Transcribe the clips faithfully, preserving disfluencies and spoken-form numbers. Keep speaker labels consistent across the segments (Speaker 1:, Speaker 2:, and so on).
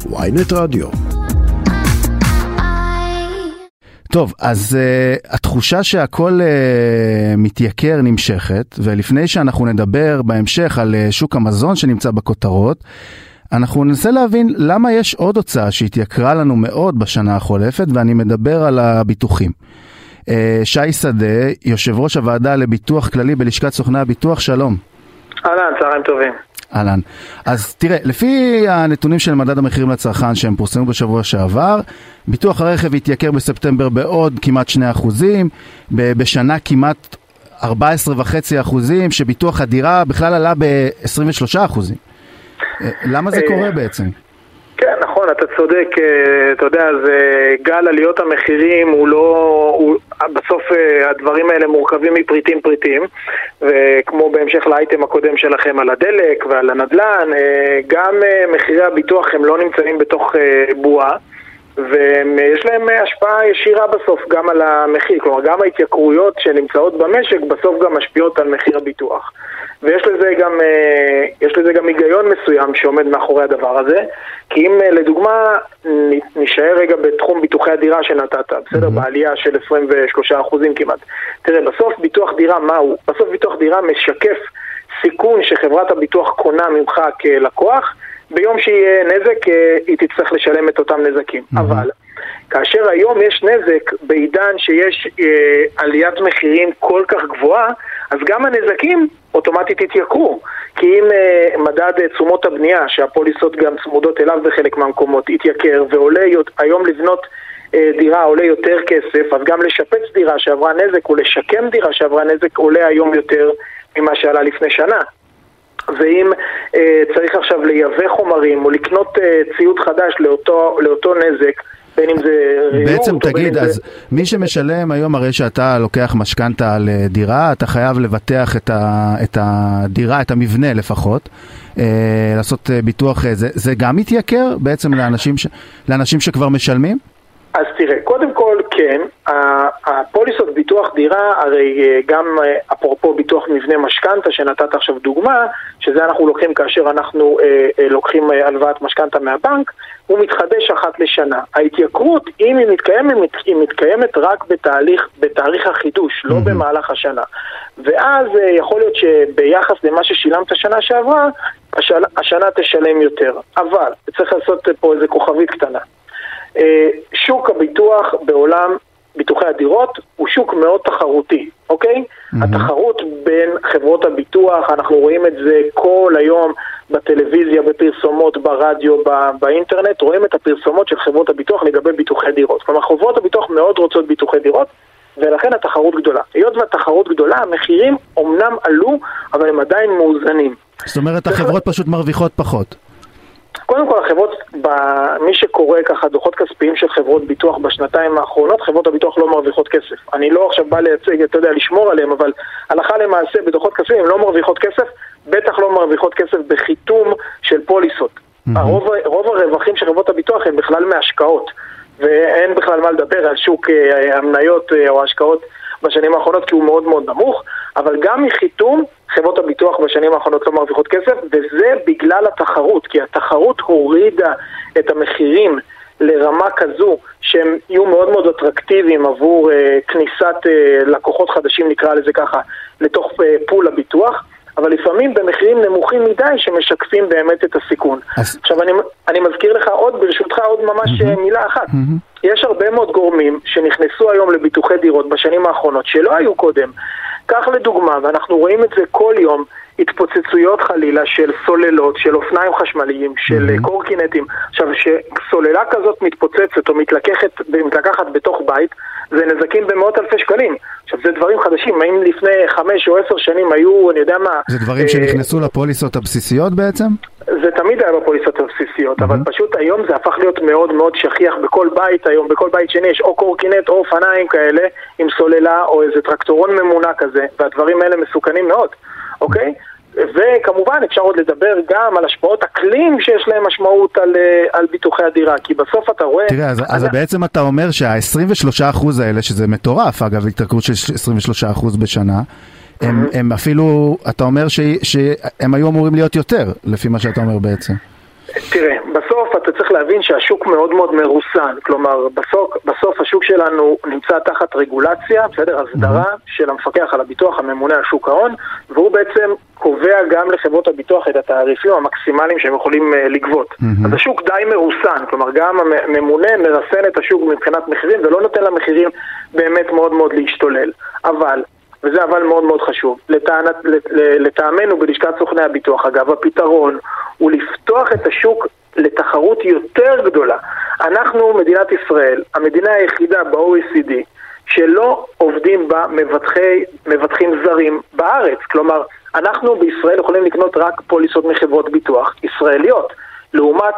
Speaker 1: וויינט רדיו.
Speaker 2: טוב, אז uh, התחושה שהכל uh, מתייקר נמשכת, ולפני שאנחנו נדבר בהמשך על uh, שוק המזון שנמצא בכותרות, אנחנו ננסה להבין למה יש עוד הוצאה שהתייקרה לנו מאוד בשנה החולפת, ואני מדבר על הביטוחים. Uh, שי שדה, יושב ראש הוועדה לביטוח כללי בלשכת סוכני הביטוח, שלום.
Speaker 3: אהלן, צהריים טובים.
Speaker 2: אהלן. אז תראה, לפי הנתונים של מדד המחירים לצרכן שהם פורסמו בשבוע שעבר, ביטוח הרכב התייקר בספטמבר בעוד כמעט שני אחוזים, בשנה כמעט ארבע עשרה וחצי אחוזים, שביטוח הדירה בכלל עלה ב-עשרים ושלושה אחוזים. למה זה קורה בעצם?
Speaker 3: כן, נכון, אתה צודק, אתה יודע, זה גל עליות המחירים, הוא לא, הוא, בסוף הדברים האלה מורכבים מפריטים פריטים, וכמו בהמשך לאייטם הקודם שלכם על הדלק ועל הנדלן, גם מחירי הביטוח הם לא נמצאים בתוך בועה, ויש להם השפעה ישירה בסוף גם על המחיר, כלומר גם ההתייקרויות שנמצאות במשק בסוף גם משפיעות על מחיר הביטוח. ויש לזה גם, יש לזה גם היגיון מסוים שעומד מאחורי הדבר הזה, כי אם לדוגמה נשאר רגע בתחום ביטוחי הדירה שנתת, בסדר, mm-hmm. בעלייה של עשרים ושלושה אחוזים כמעט. תראה, בסוף ביטוח דירה מהו? בסוף ביטוח דירה משקף סיכון שחברת הביטוח קונה ממך כלקוח, ביום שיהיה נזק היא תצטרך לשלם את אותם נזקים. Mm-hmm. אבל כאשר היום יש נזק בעידן שיש אה, עליית מחירים כל כך גבוהה, אז גם הנזקים אוטומטית יתייקרו. כי אם אה, מדד תשומות הבנייה, שהפוליסות גם צמודות אליו בחלק מהמקומות, יתייקר ועולה היום לבנות אה, דירה עולה יותר כסף, אז גם לשפץ דירה שעברה נזק או לשקם דירה שעברה נזק עולה היום יותר ממה שעלה לפני שנה. ואם אה, צריך עכשיו לייבא חומרים או לקנות אה, ציוד חדש לאותו, לאותו נזק, בין אם זה
Speaker 2: בעצם תגיד, אז
Speaker 3: זה...
Speaker 2: מי שמשלם היום, הרי שאתה לוקח משכנתה על דירה, אתה חייב לבטח את, ה, את הדירה, את המבנה לפחות, אה, לעשות ביטוח, זה, זה גם מתייקר בעצם לאנשים, ש, לאנשים שכבר משלמים?
Speaker 3: אז תראה, קודם כל כן, הפוליסות ביטוח דירה, הרי גם אפרופו ביטוח מבנה משכנתה שנתת עכשיו דוגמה, שזה אנחנו לוקחים כאשר אנחנו אה, אה, לוקחים הלוואת משכנתה מהבנק, הוא מתחדש אחת לשנה. ההתייקרות, אם היא מתקיימת, היא מתקיימת רק בתהליך, בתאריך החידוש, לא mm-hmm. במהלך השנה. ואז אה, יכול להיות שביחס למה ששילמת השנה שעברה, השנה, השנה תשלם יותר. אבל צריך לעשות פה איזה כוכבית קטנה. שוק הביטוח בעולם ביטוחי הדירות הוא שוק מאוד תחרותי, אוקיי? Mm-hmm. התחרות בין חברות הביטוח, אנחנו רואים את זה כל היום בטלוויזיה, בפרסומות, ברדיו, באינטרנט, רואים את הפרסומות של חברות הביטוח לגבי ביטוחי דירות. כלומר, חברות הביטוח מאוד רוצות ביטוחי דירות, ולכן התחרות גדולה. היות והתחרות גדולה, המחירים אומנם עלו, אבל הם עדיין מאוזנים.
Speaker 2: זאת אומרת, החברות פשוט מרוויחות פחות.
Speaker 3: קודם כל, החברות, מי שקורא ככה דוחות כספיים של חברות ביטוח בשנתיים האחרונות, חברות הביטוח לא מרוויחות כסף. אני לא עכשיו בא לייצג, אתה יודע, לשמור עליהם, אבל הלכה למעשה בדוחות כספיים הם לא מרוויחות כסף, בטח לא מרוויחות כסף בחיתום של פוליסות. Mm-hmm. הרוב, רוב הרווחים של חברות הביטוח הם בכלל מהשקעות, ואין בכלל מה לדבר על שוק המניות או השקעות בשנים האחרונות, כי הוא מאוד מאוד נמוך, אבל גם מחיתום חברות הביטוח בשנים האחרונות לא מרוויחות כסף, וזה בגלל התחרות, כי התחרות הורידה את המחירים לרמה כזו שהם יהיו מאוד מאוד אטרקטיביים עבור uh, כניסת uh, לקוחות חדשים, נקרא לזה ככה, לתוך uh, פול הביטוח, אבל לפעמים במחירים נמוכים מדי שמשקפים באמת את הסיכון. אז... עכשיו אני, אני מזכיר לך עוד, ברשותך עוד ממש mm-hmm. מילה אחת. Mm-hmm. יש הרבה מאוד גורמים שנכנסו היום לביטוחי דירות בשנים האחרונות שלא היו קודם. כך לדוגמה, ואנחנו רואים את זה כל יום, התפוצצויות חלילה של סוללות, של אופניים חשמליים, של mm-hmm. קורקינטים. עכשיו, שסוללה כזאת מתפוצצת או מתלקחת, מתלקחת בתוך בית, זה נזקים במאות אלפי שקלים. עכשיו, זה דברים חדשים. האם לפני חמש או עשר שנים היו, אני יודע מה...
Speaker 2: זה דברים שנכנסו לפוליסות הבסיסיות בעצם?
Speaker 3: זה תמיד היה בפוליסות הבסיסיות, mm-hmm. אבל פשוט היום זה הפך להיות מאוד מאוד שכיח בכל בית היום, בכל בית שני יש או קורקינט או אופניים כאלה עם סוללה או איזה טרקטורון ממונע כזה, והדברים האלה מסוכנים מאוד, אוקיי? וכמובן אפשר עוד לדבר גם על השפעות אקלים שיש להם משמעות על, על ביטוחי הדירה, כי בסוף אתה רואה... תראה,
Speaker 2: אז, אז בעצם אתה אומר שה-עשרים ושלושה אחוז האלה, שזה מטורף, אגב, התייקרות של עשרים ושלושה אחוז בשנה, הם, הם אפילו, אתה אומר ש, שהם היו אמורים להיות יותר, לפי מה שאתה אומר בעצם.
Speaker 3: תראה, בסוף אתה צריך להבין שהשוק מאוד מאוד מרוסן, כלומר בסוף, בסוף השוק שלנו נמצא תחת רגולציה, בסדר, הסדרה mm-hmm. של המפקח על הביטוח הממונה על שוק ההון, והוא בעצם קובע גם לחברות הביטוח את התעריפים המקסימליים שהם יכולים uh, לגבות. Mm-hmm. אז השוק די מרוסן, כלומר גם הממונה מרסן את השוק מבחינת מחירים ולא נותן למחירים באמת מאוד מאוד להשתולל. אבל, וזה אבל מאוד מאוד חשוב, לטענת, לטעמנו בלשכת סוכני הביטוח, אגב, הפתרון הוא לפתוח את השוק לתחרות יותר גדולה. אנחנו, מדינת ישראל, המדינה היחידה ב-או אי סי די, שלא עובדים בה מבטחי, מבטחים זרים בארץ. כלומר, אנחנו בישראל יכולים לקנות רק פוליסות מחברות ביטוח ישראליות, לעומת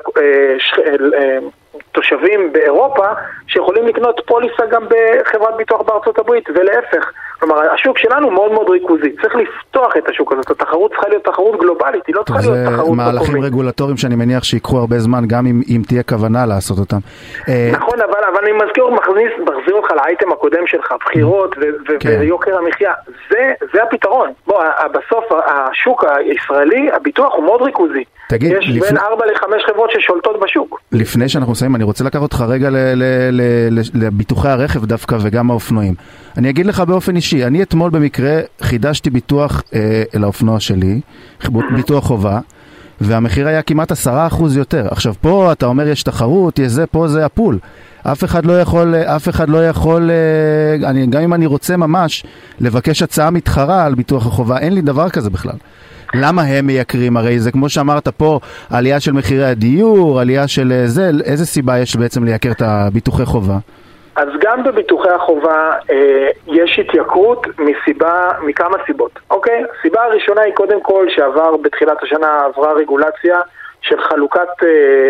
Speaker 3: תושבים באירופה שיכולים לקנות פוליסה גם בחברת ביטוח בארצות הברית, ולהפך. כלומר, השוק שלנו מאוד מאוד ריכוזי. צריך לפתוח את השוק הזה. התחרות צריכה להיות תחרות גלובלית, היא לא צריכה להיות תחרות מקומית. זה
Speaker 2: מהלכים רגולטוריים שאני מניח שיקחו הרבה זמן, גם אם, אם תהיה כוונה לעשות אותם.
Speaker 3: נכון, אבל, אבל אני מזכיר, מכניס, מחזיר אותך לאייטם הקודם שלך, בחירות ו- ו- כן. ויוקר המחיה. זה, זה הפתרון. בוא, בסוף השוק הישראלי, הביטוח הוא מאוד ריכוזי. תגיד, יש לפני... בין ארבע לחמש חברות ששולטות בשוק.
Speaker 2: לפני שאנחנו מסיימים, אני רוצה לקחת אותך רגע ל- ל- ל- לביטוחי הרכב דווקא וגם האופנועים. אני אגיד לך באופן אישי, אני אתמול במקרה חידשתי ביטוח אה, אל האופנוע שלי, ביטוח חובה, והמחיר היה כמעט עשרה אחוז יותר. עכשיו פה אתה אומר יש תחרות, יש זה, פה זה הפול. אף אחד לא יכול, אף אחד לא יכול, אה, אני, גם אם אני רוצה ממש לבקש הצעה מתחרה על ביטוח החובה, אין לי דבר כזה בכלל. למה הם מייקרים? הרי זה כמו שאמרת פה, עלייה של מחירי הדיור, עלייה של זה, איזה סיבה יש בעצם לייקר את הביטוחי חובה?
Speaker 3: אז גם בביטוחי החובה אה, יש התייקרות מסיבה, מכמה סיבות, אוקיי? הסיבה הראשונה היא קודם כל שעבר בתחילת השנה עברה רגולציה של חלוקת, אה,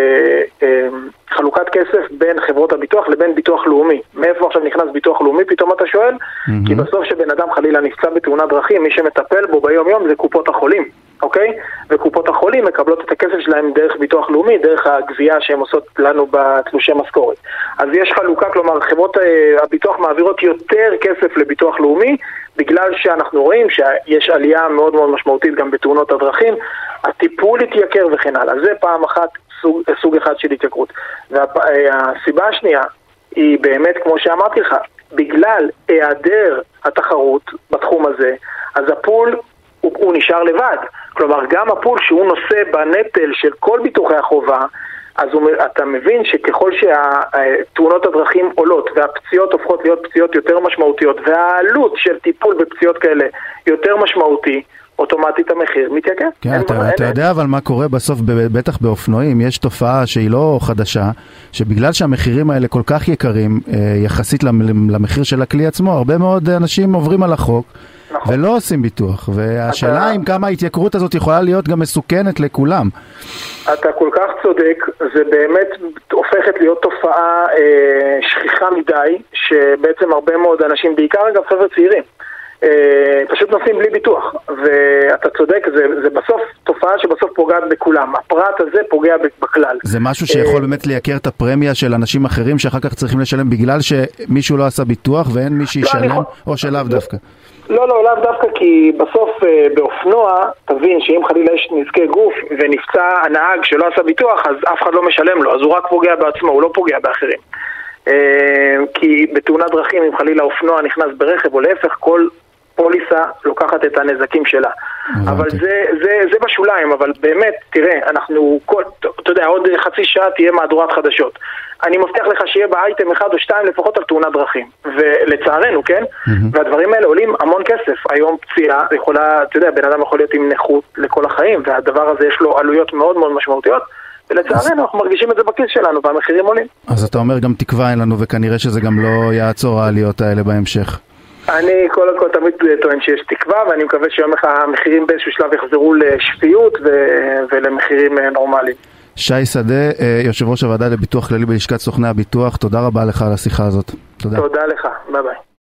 Speaker 3: אה, חלוקת כסף בין חברות הביטוח לבין ביטוח לאומי. מאיפה עכשיו נכנס ביטוח לאומי? פתאום אתה שואל? Mm-hmm. כי בסוף שבן אדם חלילה נפצע בתאונת דרכים, מי שמטפל בו ביום יום זה קופות החולים. אוקיי? וקופות החולים מקבלות את הכסף שלהם דרך ביטוח לאומי, דרך הגבייה שהם עושות לנו בתלושי משכורת. אז יש חלוקה, כלומר, חברות הביטוח מעבירות יותר כסף לביטוח לאומי, בגלל שאנחנו רואים שיש עלייה מאוד מאוד משמעותית גם בתאונות הדרכים, הטיפול התייקר וכן הלאה. זה פעם אחת, סוג, סוג אחד של התייקרות. והסיבה השנייה היא באמת, כמו שאמרתי לך, בגלל היעדר התחרות בתחום הזה, אז הפול הוא, הוא נשאר לבד. כלומר, גם הפול שהוא נושא בנטל של כל ביטוחי החובה, אז הוא, אתה מבין שככל שהתאונות הדרכים עולות והפציעות הופכות להיות פציעות יותר משמעותיות והעלות של טיפול בפציעות כאלה יותר משמעותי, אוטומטית המחיר מתייקר.
Speaker 2: כן, אתה, אתה יודע אבל מה קורה בסוף, בטח באופנועים, יש תופעה שהיא לא חדשה, שבגלל שהמחירים האלה כל כך יקרים, יחסית למחיר של הכלי עצמו, הרבה מאוד אנשים עוברים על החוק, נכון. ולא עושים ביטוח, והשאלה אם כמה ההתייקרות הזאת יכולה להיות גם מסוכנת לכולם.
Speaker 3: אתה כל כך צודק, זה באמת הופכת להיות תופעה אה, שכיחה מדי, שבעצם הרבה מאוד אנשים, בעיקר אגב חבר'ה צעירים, אה, פשוט נוסעים בלי ביטוח, ואתה צודק, זה, זה בסוף תופעה שבסוף פוגעת בכולם, הפרט הזה פוגע בכלל.
Speaker 2: זה משהו שיכול אה, באמת לייקר את הפרמיה של אנשים אחרים שאחר כך צריכים לשלם בגלל שמישהו לא עשה ביטוח ואין מי שישלם, לא, או שלאו דווקא.
Speaker 3: לא, לא, לאו דווקא, כי בסוף אה, באופנוע, תבין שאם חלילה יש נזקי גוף ונפצע הנהג שלא עשה ביטוח, אז אף אחד לא משלם לו, אז הוא רק פוגע בעצמו, הוא לא פוגע באחרים. אה, כי בתאונת דרכים, אם חלילה אופנוע נכנס ברכב או להפך, כל פוליסה לוקחת את הנזקים שלה. אבל זה, זה, זה בשוליים, אבל באמת, תראה, אנחנו, כל, אתה יודע, עוד חצי שעה תהיה מהדורת חדשות. אני מבטיח לך שיהיה באייטם אחד או שתיים לפחות על תאונת דרכים. ולצערנו, כן? Mm-hmm. והדברים האלה עולים המון כסף. היום פציעה יכולה, אתה יודע, בן אדם יכול להיות עם נכות לכל החיים, והדבר הזה יש לו עלויות מאוד מאוד משמעותיות, ולצערנו אנחנו מרגישים את זה בכיס שלנו, והמחירים עולים.
Speaker 2: אז אתה אומר גם תקווה אין לנו, וכנראה שזה גם לא יעצור העליות האלה בהמשך.
Speaker 3: אני כל הכל תמיד טוען שיש תקווה, ואני מקווה שיום אחד המחירים באיזשהו שלב יחזרו לשפיות ו- ולמחירים נורמליים.
Speaker 2: שי שדה, יושב ראש הוועדה לביטוח כללי בלשכת סוכני הביטוח, תודה רבה לך על השיחה הזאת.
Speaker 3: תודה. תודה לך, ביי ביי.